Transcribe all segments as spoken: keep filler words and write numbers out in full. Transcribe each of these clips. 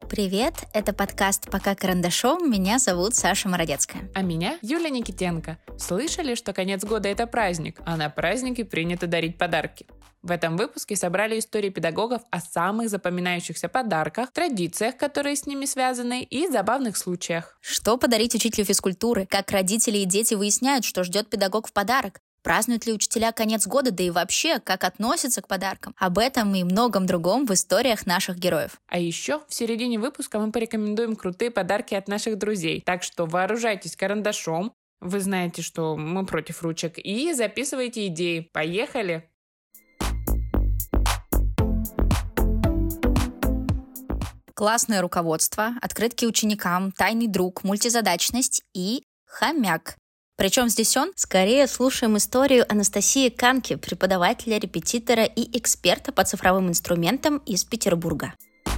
Привет, это подкаст «Пока карандашом». Меня зовут Саша Мородецкая. А меня Юля Никитенко. Слышали, что конец года – это праздник, а на праздники принято дарить подарки? В этом выпуске собрали истории педагогов о самых запоминающихся подарках, традициях, которые с ними связаны, и забавных случаях. Что подарить учителю физкультуры? Как родители и дети выясняют, что ждет педагог в подарок? Празднуют ли учителя конец года, да и вообще, как относятся к подаркам? Об этом и многом другом в историях наших героев. А еще в середине выпуска мы порекомендуем крутые подарки от наших друзей. Так что вооружайтесь карандашом, вы знаете, что мы против ручек, и записывайте идеи. Поехали! Классное руководство, открытки ученикам, тайный друг, мультизадачность и хомяк. Причем здесь он? Скорее слушаем историю Анастасии Канки, преподавателя, репетитора и эксперта по цифровым инструментам из Петербурга.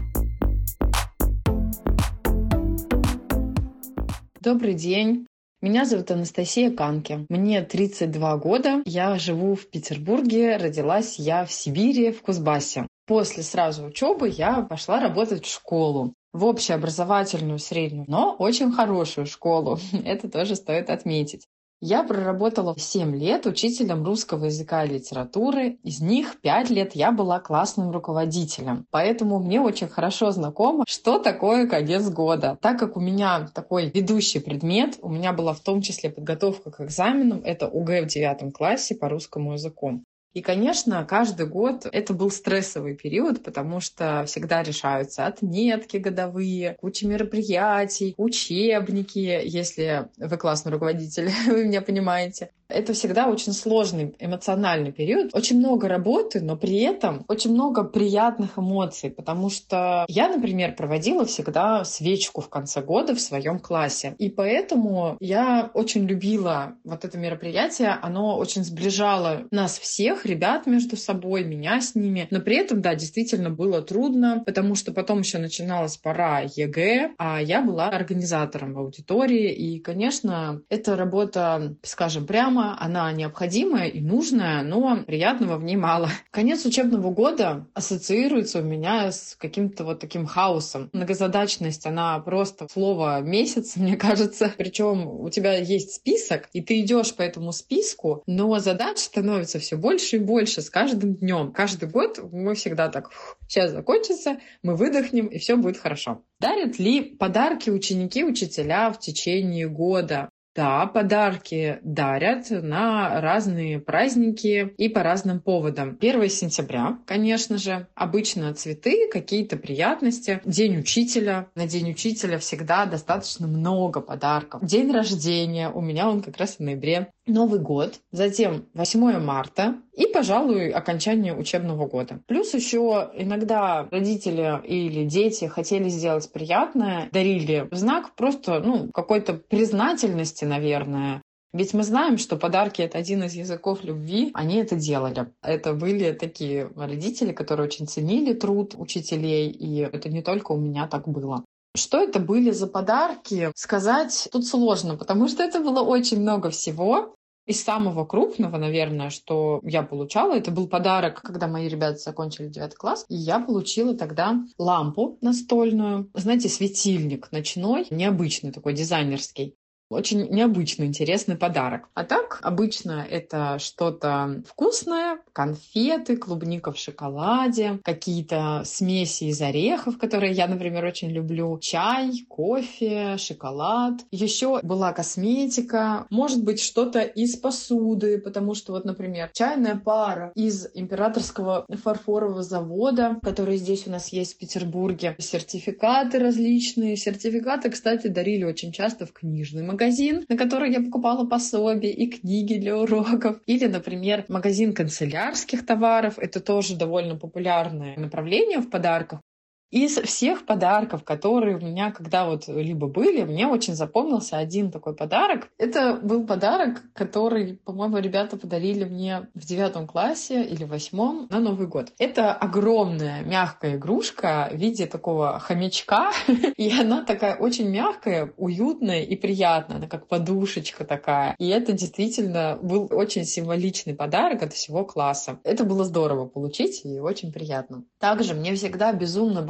Добрый день. Меня зовут Анастасия Канки. Мне тридцать два года. Я живу в Петербурге. Родилась я в Сибири, в Кузбассе. После сразу учебы я пошла работать в школу. В общеобразовательную среднюю, но очень хорошую школу. Это тоже стоит отметить. Я проработала семь лет учителем русского языка и литературы. Из них пять лет я была классным руководителем. Поэтому мне очень хорошо знакомо, что такое конец года. Так как у меня такой ведущий предмет, у меня была в том числе подготовка к экзаменам, это ОГЭ в девятом классе по русскому языку. И, конечно, каждый год это был стрессовый период, потому что всегда решаются отметки годовые, куча мероприятий, учебники, если вы классный руководитель, вы меня понимаете. Это всегда очень сложный эмоциональный период. Очень много работы, но при этом очень много приятных эмоций, потому что я, например, проводила всегда свечку в конце года в своем классе. И поэтому я очень любила вот это мероприятие. Оно очень сближало нас всех, ребят между собой, меня с ними. Но при этом, да, действительно было трудно, потому что потом еще начиналась пора ЕГЭ, а я была организатором в аудитории. И, конечно, эта работа, скажем прямо, она необходимая и нужная, но приятного в ней мало. Конец учебного года ассоциируется у меня с каким-то вот таким хаосом. Многозадачность, она просто слово месяц, мне кажется. Причем у тебя есть список, и ты идешь по этому списку, но задач становится все больше и больше с каждым днем. Каждый год мы всегда так, сейчас закончится, мы выдохнем, и все будет хорошо. Дарят ли подарки ученики, учителя в течение года? Да, подарки дарят на разные праздники и по разным поводам. первое сентября, конечно же, обычно цветы, какие-то приятности. День учителя. На День учителя всегда достаточно много подарков. День рождения. У меня он как раз в ноябре. Новый год. Затем восьмое марта. И, пожалуй, окончание учебного года. Плюс еще иногда родители или дети хотели сделать приятное, дарили в знак просто ну, какой-то признательности, наверное. Ведь мы знаем, что подарки — это один из языков любви. Они это делали. Это были такие родители, которые очень ценили труд учителей. И это не только у меня так было. Что это были за подарки, сказать тут сложно, потому что это было очень много всего. Из самого крупного, наверное, что я получала, это был подарок, когда мои ребята закончили девятый класс, и я получила тогда лампу настольную, знаете, светильник ночной, необычный такой, дизайнерский. Очень необычный, интересный подарок. А так, обычно это что-то вкусное, конфеты, клубника в шоколаде, какие-то смеси из орехов, которые я, например, очень люблю, чай, кофе, шоколад. Еще была косметика, может быть, что-то из посуды, потому что вот, например, чайная пара из императорского фарфорового завода, который здесь у нас есть в Петербурге, сертификаты различные. Сертификаты, кстати, дарили очень часто в книжный магазин. магазин, на который я покупала пособия и книги для уроков. Или, например, магазин канцелярских товаров. Это тоже довольно популярное направление в подарках. Из всех подарков, которые у меня когда вот либо были, мне очень запомнился один такой подарок. Это был подарок, который, по-моему, ребята подарили мне в девятом классе или восьмом на Новый год. Это огромная мягкая игрушка в виде такого хомячка, и она такая очень мягкая, уютная и приятная, она как подушечка такая. И это действительно был очень символичный подарок от всего класса. Это было здорово получить и очень приятно. Также мне всегда безумно было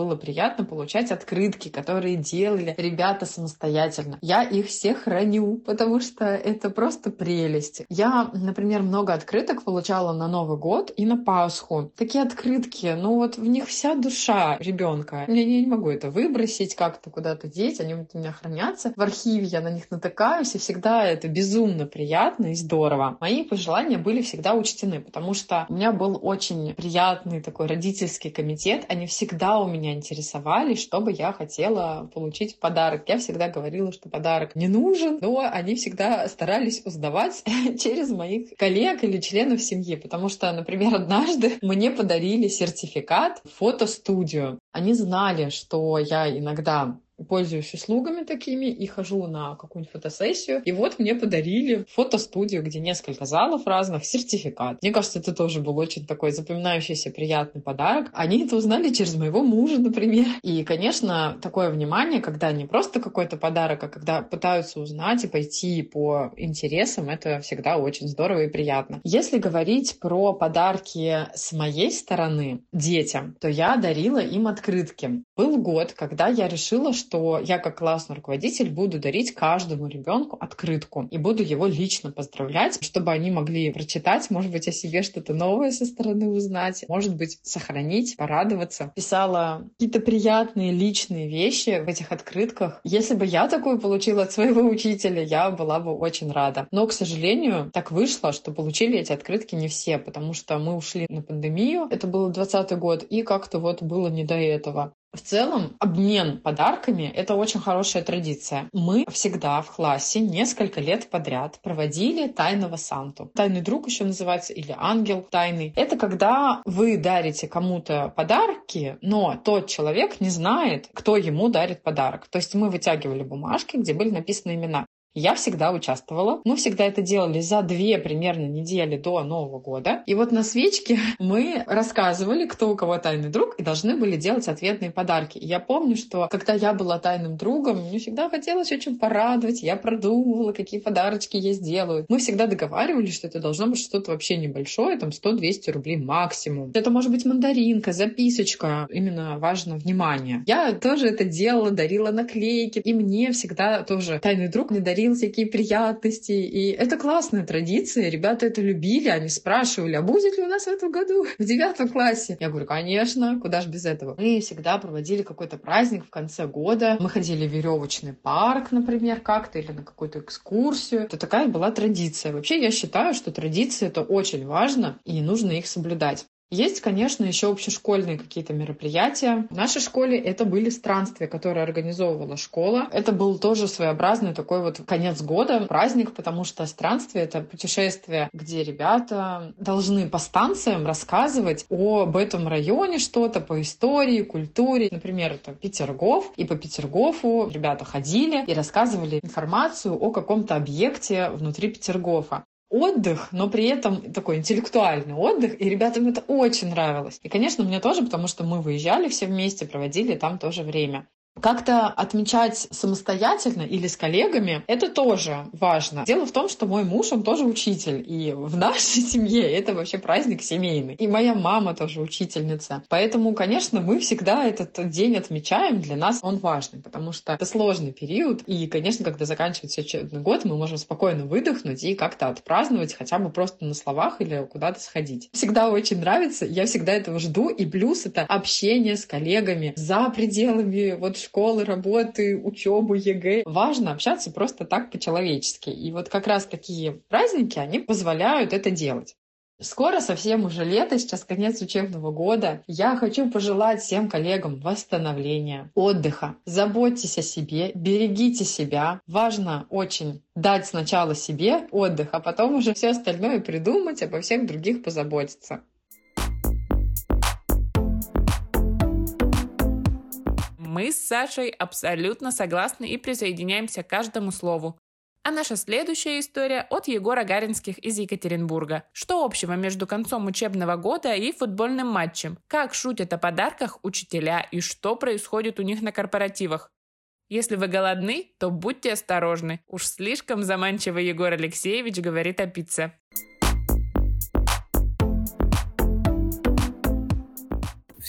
было приятно получать открытки, которые делали ребята самостоятельно. Я их все храню, потому что это просто прелесть. Я, например, много открыток получала на Новый год и на Пасху. Такие открытки, ну вот в них вся душа ребенка. Я не могу это выбросить, как-то куда-то деть, они у меня хранятся. В архиве я на них натыкаюсь, и всегда это безумно приятно и здорово. Мои пожелания были всегда учтены, потому что у меня был очень приятный такой родительский комитет. Они всегда у меня интересовались, что бы я хотела получить в подарок. Я всегда говорила, что подарок не нужен, но они всегда старались узнавать через моих коллег или членов семьи, потому что, например, однажды мне подарили сертификат в фотостудию. Они знали, что я иногда пользуюсь услугами такими и хожу на какую-нибудь фотосессию. И вот мне подарили фотостудию, где несколько залов разных, сертификат. Мне кажется, это тоже был очень такой запоминающийся приятный подарок. Они это узнали через моего мужа, например. И, конечно, такое внимание, когда не просто какой-то подарок, а когда пытаются узнать и пойти по интересам, это всегда очень здорово и приятно. Если говорить про подарки с моей стороны детям, то я дарила им открытки. Был год, когда я решила, что что я как классный руководитель буду дарить каждому ребенку открытку и буду его лично поздравлять, чтобы они могли прочитать, может быть, о себе что-то новое со стороны узнать, может быть, сохранить, порадоваться. Писала какие-то приятные личные вещи в этих открытках. Если бы я такую получила от своего учителя, я была бы очень рада. Но, к сожалению, так вышло, что получили эти открытки не все, потому что мы ушли на пандемию, это был двадцатый год, и как-то вот было не до этого. В целом, обмен подарками — это очень хорошая традиция. Мы всегда в классе несколько лет подряд проводили тайного Санту. Тайный друг еще называется, или ангел тайный. Это когда вы дарите кому-то подарки, но тот человек не знает, кто ему дарит подарок. То есть мы вытягивали бумажки, где были написаны имена. Я всегда участвовала. Мы всегда это делали за две примерно недели до Нового года. И вот на свечке мы рассказывали, кто у кого тайный друг, и должны были делать ответные подарки. И я помню, что когда я была тайным другом, мне всегда хотелось очень порадовать. Я продумывала, какие подарочки ей сделаю. Мы всегда договаривались, что это должно быть что-то вообще небольшое, там сто-двести рублей максимум. Это может быть мандаринка, записочка. Именно важно внимание. Я тоже это делала, дарила наклейки. И мне всегда тоже тайный друг не дарил всякие приятности. И это классная традиция. Ребята это любили. Они спрашивали, а будет ли у нас в этом году в девятом классе? Я говорю, конечно, куда ж без этого. Мы всегда проводили какой-то праздник в конце года. Мы ходили в веревочный парк, например, как-то, или на какую-то экскурсию. Это такая была традиция. Вообще, я считаю, что традиции — это очень важно, и нужно их соблюдать. Есть, конечно, еще общешкольные какие-то мероприятия. В нашей школе это были странствия, которые организовывала школа. Это был тоже своеобразный такой вот конец года, праздник, потому что странствие — это путешествие, где ребята должны по станциям рассказывать об этом районе что-то, по истории, культуре. Например, это Петергоф, и по Петергофу ребята ходили и рассказывали информацию о каком-то объекте внутри Петергофа. Отдых, но при этом такой интеллектуальный отдых, и ребятам это очень нравилось. И, конечно, мне тоже, потому что мы выезжали все вместе, проводили там тоже время. Как-то отмечать самостоятельно или с коллегами — это тоже важно. Дело в том, что мой муж, он тоже учитель, и в нашей семье это вообще праздник семейный. И моя мама тоже учительница. Поэтому, конечно, мы всегда этот день отмечаем. Для нас он важный, потому что это сложный период. И, конечно, когда заканчивается учебный год, мы можем спокойно выдохнуть и как-то отпраздновать хотя бы просто на словах или куда-то сходить. Всегда очень нравится, я всегда этого жду. И плюс это общение с коллегами за пределами вот школы, работы, учебы, ЕГЭ. Важно общаться просто так по-человечески. И вот как раз такие праздники, они позволяют это делать. Скоро совсем уже лето, сейчас конец учебного года. Я хочу пожелать всем коллегам восстановления, отдыха. Заботьтесь о себе, берегите себя. Важно очень дать сначала себе отдых, а потом уже все остальное придумать, обо всех других позаботиться. Мы с Сашей абсолютно согласны и присоединяемся к каждому слову. А наша следующая история от Егора Гаринских из Екатеринбурга. Что общего между концом учебного года и футбольным матчем? Как шутят о подарках учителя и что происходит у них на корпоративах? Если вы голодны, то будьте осторожны. Уж слишком заманчиво Егор Алексеевич говорит о пицце.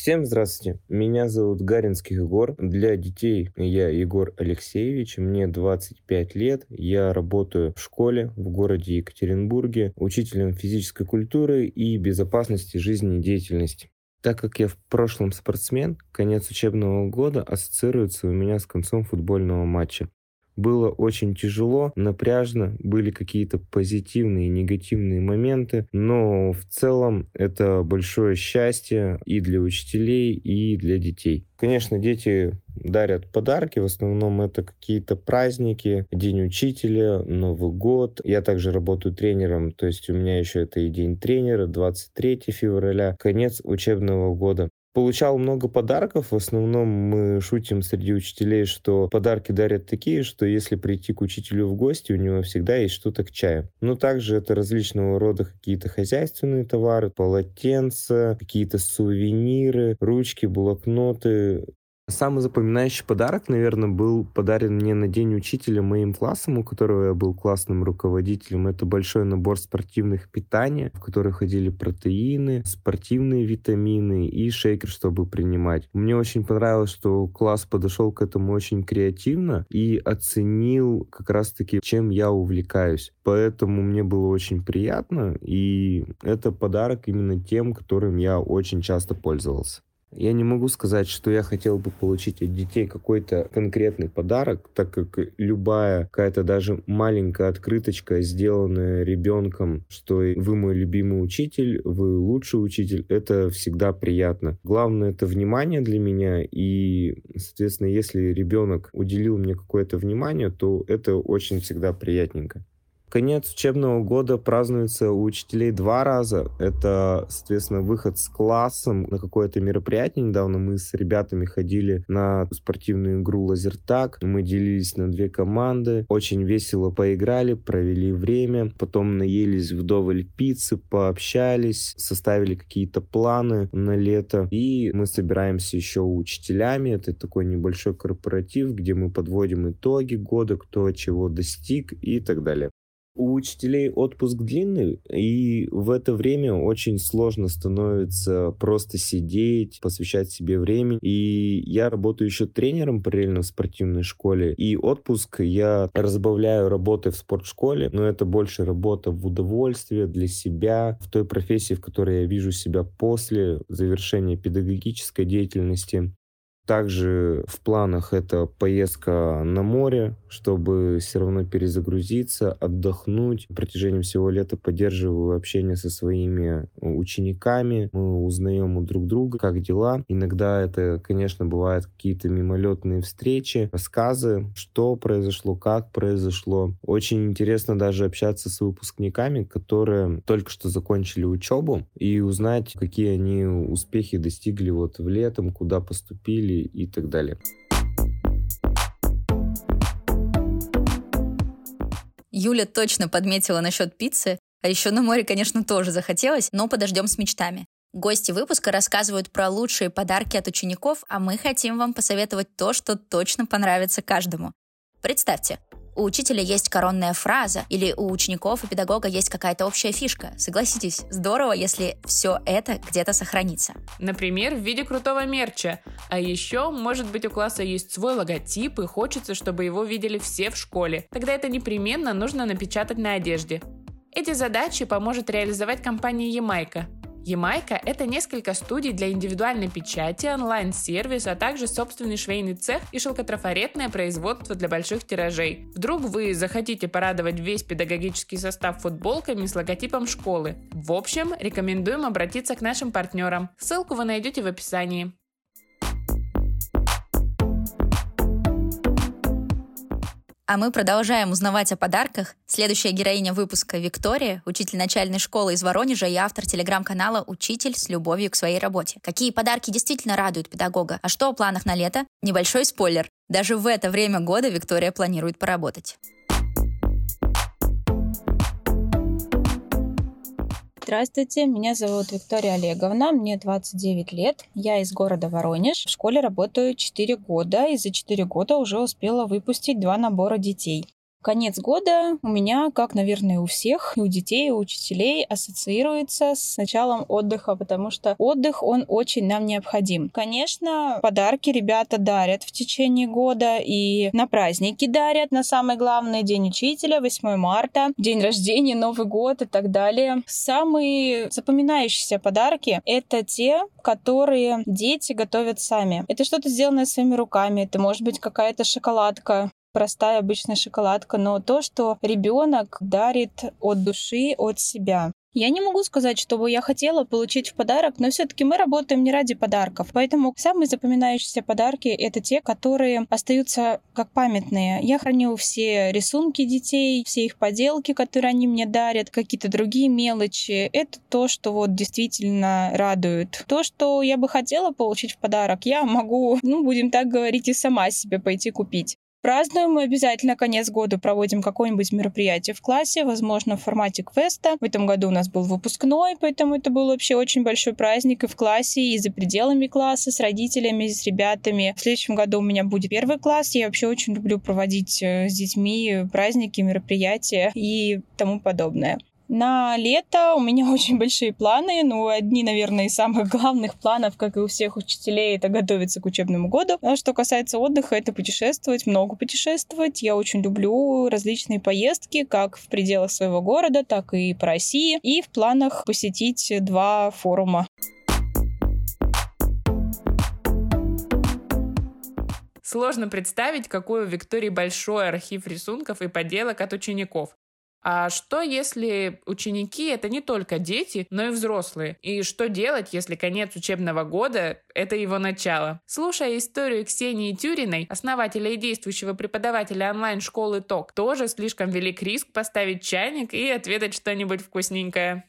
Всем здравствуйте, меня зовут Гаринский Егор. Для детей я Егор Алексеевич, мне двадцать пять лет. Я работаю в школе в городе Екатеринбурге учителем физической культуры и безопасности жизнедеятельности. Так как я в прошлом спортсмен, конец учебного года ассоциируется у меня с концом футбольного матча. Было очень тяжело, напряжно, были какие-то позитивные и негативные моменты, но в целом это большое счастье и для учителей, и для детей. Конечно, дети дарят подарки, в основном это какие-то праздники, День учителя, Новый год. Я также работаю тренером, то есть у меня еще это и День тренера, двадцать третьего февраля, конец учебного года. Получал много подарков. В основном мы шутим среди учителей, что подарки дарят такие, что если прийти к учителю в гости, у него всегда есть что-то к чаю. Но также это различного рода какие-то хозяйственные товары, полотенца, какие-то сувениры, ручки, блокноты. Самый запоминающий подарок, наверное, был подарен мне на День учителя моим классом, у которого я был классным руководителем. Это большой набор спортивных питаний, в который входили протеины, спортивные витамины и шейкер, чтобы принимать. Мне очень понравилось, что класс подошел к этому очень креативно и оценил как раз-таки, чем я увлекаюсь. Поэтому мне было очень приятно, и это подарок именно тем, которым я очень часто пользовался. Я не могу сказать, что я хотел бы получить от детей какой-то конкретный подарок, так как любая какая-то даже маленькая открыточка, сделанная ребенком, что вы мой любимый учитель, вы лучший учитель, это всегда приятно. Главное, это внимание для меня, и, соответственно, если ребенок уделил мне какое-то внимание, то это очень всегда приятненько. Конец учебного года празднуется у учителей два раза. Это, соответственно, выход с классом на какое-то мероприятие. Недавно мы с ребятами ходили на спортивную игру «Лазертаг». Мы делились на две команды. Очень весело поиграли, провели время. Потом наелись вдоволь пиццы, пообщались, составили какие-то планы на лето. И мы собираемся еще учителями. Это такой небольшой корпоратив, где мы подводим итоги года, кто чего достиг и так далее. У учителей отпуск длинный, и в это время очень сложно становится просто сидеть, посвящать себе время. И я работаю еще тренером параллельно в спортивной школе, и отпуск я разбавляю работой в спортшколе, но это больше работа в удовольствие для себя, в той профессии, в которой я вижу себя после завершения педагогической деятельности. Также в планах это поездка на море, чтобы все равно перезагрузиться, отдохнуть. На протяжении всего лета поддерживаю общение со своими учениками. Мы узнаем у друг друга, как дела. Иногда это, конечно, бывают какие-то мимолетные встречи, рассказы, что произошло, как произошло. Очень интересно даже общаться с выпускниками, которые только что закончили учебу, и узнать, какие они успехи достигли вот в летом, куда поступили и так далее. Юля точно подметила насчет пиццы, а еще на море, конечно, тоже захотелось, но подождем с мечтами. Гости выпуска рассказывают про лучшие подарки от учеников, а мы хотим вам посоветовать то, что точно понравится каждому. Представьте, у учителя есть коронная фраза, или у учеников и педагога есть какая-то общая фишка. Согласитесь, здорово, если все это где-то сохранится. Например, в виде крутого мерча. А еще, может быть, у класса есть свой логотип, и хочется, чтобы его видели все в школе. Тогда это непременно нужно напечатать на одежде. Эти задачи поможет реализовать компания Ямайка. Ямайка – это несколько студий для индивидуальной печати, онлайн-сервис, а также собственный швейный цех и шелкотрафаретное производство для больших тиражей. Вдруг вы захотите порадовать весь педагогический состав футболками с логотипом школы. В общем, рекомендуем обратиться к нашим партнерам. Ссылку вы найдете в описании. А мы продолжаем узнавать о подарках. Следующая героиня выпуска — Виктория, учитель начальной школы из Воронежа и автор телеграм-канала «Учитель с любовью к своей работе». Какие подарки действительно радуют педагога? А что о планах на лето? Небольшой спойлер. Даже в это время года Виктория планирует поработать. Здравствуйте, меня зовут Виктория Олеговна, мне двадцать девять лет, я из города Воронеж. В школе работаю четыре года и за четыре года уже успела выпустить два набора детей. Конец года у меня, как, наверное, у всех, и у детей, и у учителей, ассоциируется с началом отдыха, потому что отдых, он очень нам необходим. Конечно, подарки ребята дарят в течение года, и на праздники дарят, на самый главный День учителя, восьмое марта, день рождения, Новый год и так далее. Самые запоминающиеся подарки — это те, которые дети готовят сами. Это что-то сделанное своими руками, это может быть какая-то шоколадка, простая обычная шоколадка, но то, что ребенок дарит от души, от себя. Я не могу сказать, что бы я хотела получить в подарок, но все-таки мы работаем не ради подарков. Поэтому самые запоминающиеся подарки — это те, которые остаются как памятные. Я храню все рисунки детей, все их поделки, которые они мне дарят, какие-то другие мелочи. Это то, что вот действительно радует. То, что я бы хотела получить в подарок, я могу, ну, будем так говорить, и сама себе пойти купить. Празднуем мы обязательно конец года, проводим какое-нибудь мероприятие в классе, возможно, в формате квеста. В этом году у нас был выпускной, поэтому это был вообще очень большой праздник и в классе, и за пределами класса, с родителями, с ребятами. В следующем году у меня будет первый класс. Я вообще очень люблю проводить с детьми праздники, мероприятия и тому подобное. На лето у меня очень большие планы, ну, одни, наверное, из самых главных планов, как и у всех учителей, это готовиться к учебному году. А что касается отдыха, это путешествовать, много путешествовать. Я очень люблю различные поездки, как в пределах своего города, так и по России. И в планах посетить два форума. Сложно представить, какой у Виктории большой архив рисунков и поделок от учеников. А что, если ученики — это не только дети, но и взрослые? И что делать, если конец учебного года — это его начало? Слушая историю Ксении Тюриной, основателя и действующего преподавателя онлайн-школы ТОК, тоже слишком велик риск поставить чайник и отведать что-нибудь вкусненькое.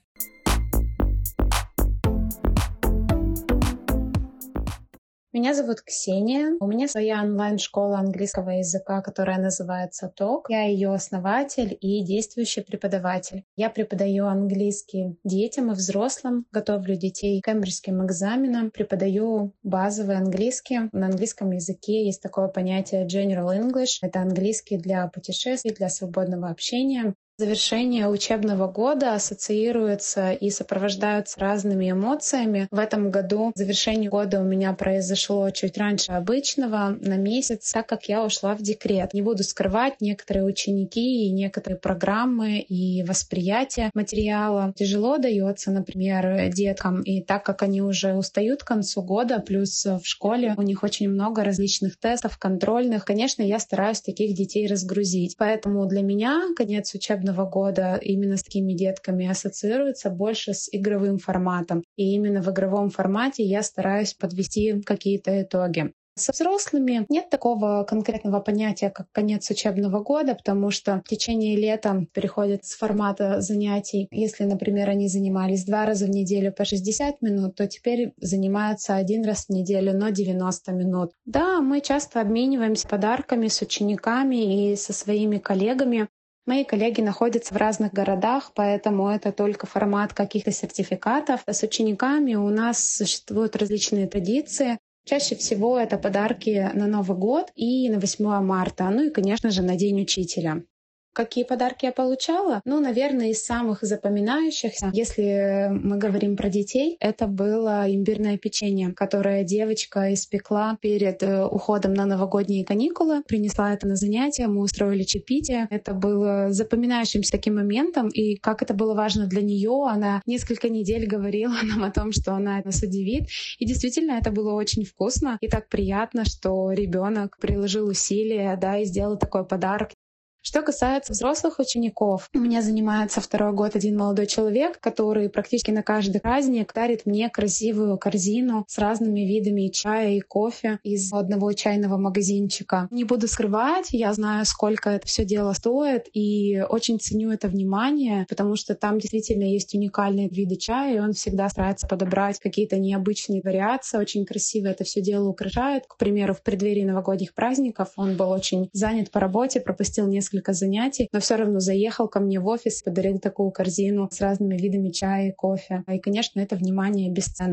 Меня зовут Ксения. У меня своя онлайн-школа английского языка, которая называется ТОК. Я ее основатель и действующий преподаватель. Я преподаю английский детям и взрослым, готовлю детей к кембриджским экзаменам, преподаю базовый английский. На английском языке есть такое понятие General English. Это английский для путешествий, для свободного общения. Завершение учебного года ассоциируется и сопровождается разными эмоциями. В этом году завершение года у меня произошло чуть раньше обычного, на месяц, так как я ушла в декрет. Не буду скрывать, некоторые ученики и некоторые программы и восприятие материала тяжело дается, например, деткам. И так как они уже устают к концу года, плюс в школе у них очень много различных тестов, контрольных, конечно, я стараюсь таких детей разгрузить. Поэтому для меня конец учебного года именно с такими детками ассоциируется больше с игровым форматом. И именно в игровом формате я стараюсь подвести какие-то итоги. Со взрослыми нет такого конкретного понятия, как конец учебного года, потому что в течение лета переходят с формата занятий. Если, например, они занимались два раза в неделю по шестьдесят минут, то теперь занимаются один раз в неделю, но девяносто минут. Да, мы часто обмениваемся подарками с учениками и со своими коллегами. Мои коллеги находятся в разных городах, поэтому это только формат каких-то сертификатов. С учениками у нас существуют различные традиции. Чаще всего это подарки на Новый год и на восьмое марта, ну и, конечно же, на День учителя. Какие подарки я получала? Ну, наверное, из самых запоминающихся, если мы говорим про детей, это было имбирное печенье, которое девочка испекла перед уходом на новогодние каникулы. Принесла это на занятия, мы устроили чаепитие. Это было запоминающимся таким моментом, и как это было важно для нее, она несколько недель говорила нам о том, что она нас удивит. И действительно, это было очень вкусно и так приятно, что ребенок приложил усилия, да, и сделал такой подарок. Что касается взрослых учеников, у меня занимается второй год один молодой человек, который практически на каждый праздник дарит мне красивую корзину с разными видами чая и кофе из одного чайного магазинчика. Не буду скрывать, я знаю, сколько это все дело стоит, и очень ценю это внимание, потому что там действительно есть уникальные виды чая, и он всегда старается подобрать какие-то необычные вариации, очень красиво это все дело украшает. К примеру, в преддверии новогодних праздников он был очень занят по работе, пропустил несколько несколько занятий, но все равно заехал ко мне в офис, подарил такую корзину с разными видами чая и кофе. И, конечно, это внимание бесценно.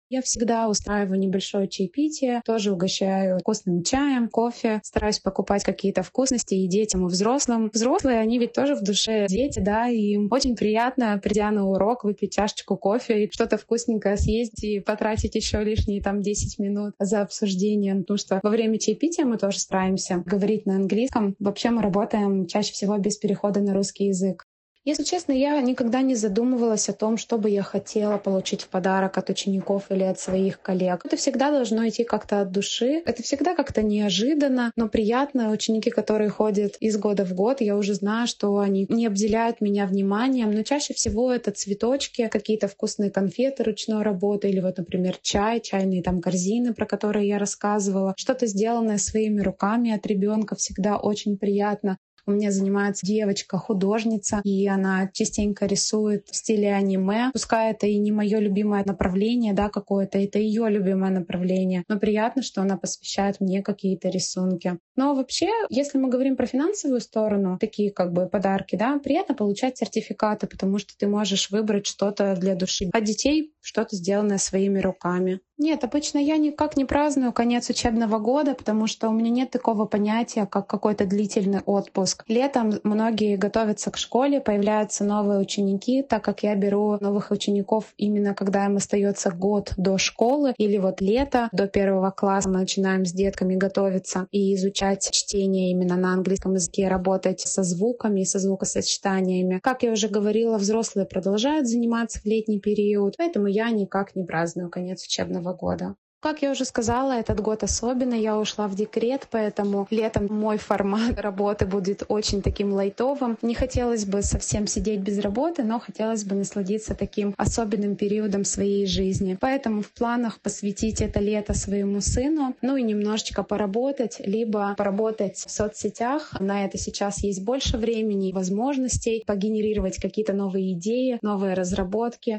Я всегда устраиваю небольшое чаепитие, тоже угощаю вкусным чаем, кофе, стараюсь покупать какие-то вкусности и детям, и взрослым. Взрослые, они ведь тоже в душе дети, да, и им очень приятно, придя на урок, выпить чашечку кофе и что-то вкусненькое съесть и потратить еще лишние там десять минут за обсуждение, потому что во время чаепития мы тоже стараемся говорить на английском. Вообще мы работаем чаще всего без перехода на русский язык. Если честно, я никогда не задумывалась о том, что бы я хотела получить в подарок от учеников или от своих коллег. Это всегда должно идти как-то от души. Это всегда как-то неожиданно, но приятно. Ученики, которые ходят из года в год, я уже знаю, что они не обделяют меня вниманием, но чаще всего это цветочки, какие-то вкусные конфеты ручной работы или вот, например, чай, чайные там корзины, про которые я рассказывала. Что-то сделанное своими руками от ребенка всегда очень приятно. У меня занимается девочка, художница, и она частенько рисует в стиле аниме. Пускай это и не мое любимое направление, да, какое-то, это ее любимое направление, но приятно, что она посвящает мне какие-то рисунки. Но вообще, если мы говорим про финансовую сторону, такие как бы подарки, да, приятно получать сертификаты, потому что ты можешь выбрать что-то для души. А детей что-то сделанное своими руками. Нет, обычно я никак не праздную конец учебного года, потому что у меня нет такого понятия, как какой-то длительный отпуск. Летом многие готовятся к школе, появляются новые ученики, так как я беру новых учеников именно когда им остается год до школы, или вот лето, до первого класса мы начинаем с детками готовиться и изучать чтение именно на английском языке, работать со звуками, со звукосочетаниями. Как я уже говорила, взрослые продолжают заниматься в летний период, поэтому я никак не праздную конец учебного года. Как я уже сказала, этот год особенный, я ушла в декрет, поэтому летом мой формат работы будет очень таким лайтовым. Не хотелось бы совсем сидеть без работы, но хотелось бы насладиться таким особенным периодом своей жизни. Поэтому в планах посвятить это лето своему сыну, ну и немножечко поработать, либо поработать в соцсетях. На это сейчас есть больше времени и возможностей погенерировать какие-то новые идеи, новые разработки.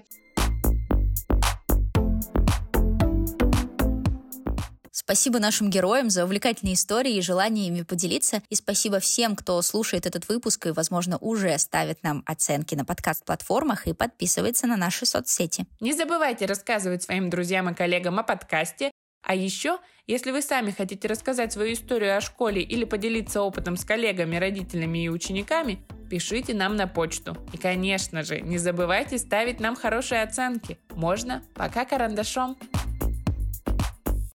Спасибо нашим героям за увлекательные истории и желание ими поделиться. И спасибо всем, кто слушает этот выпуск и, возможно, уже ставит нам оценки на подкаст-платформах и подписывается на наши соцсети. Не забывайте рассказывать своим друзьям и коллегам о подкасте. А еще, если вы сами хотите рассказать свою историю о школе или поделиться опытом с коллегами, родителями и учениками, пишите нам на почту. И, конечно же, не забывайте ставить нам хорошие оценки. Можно пока карандашом.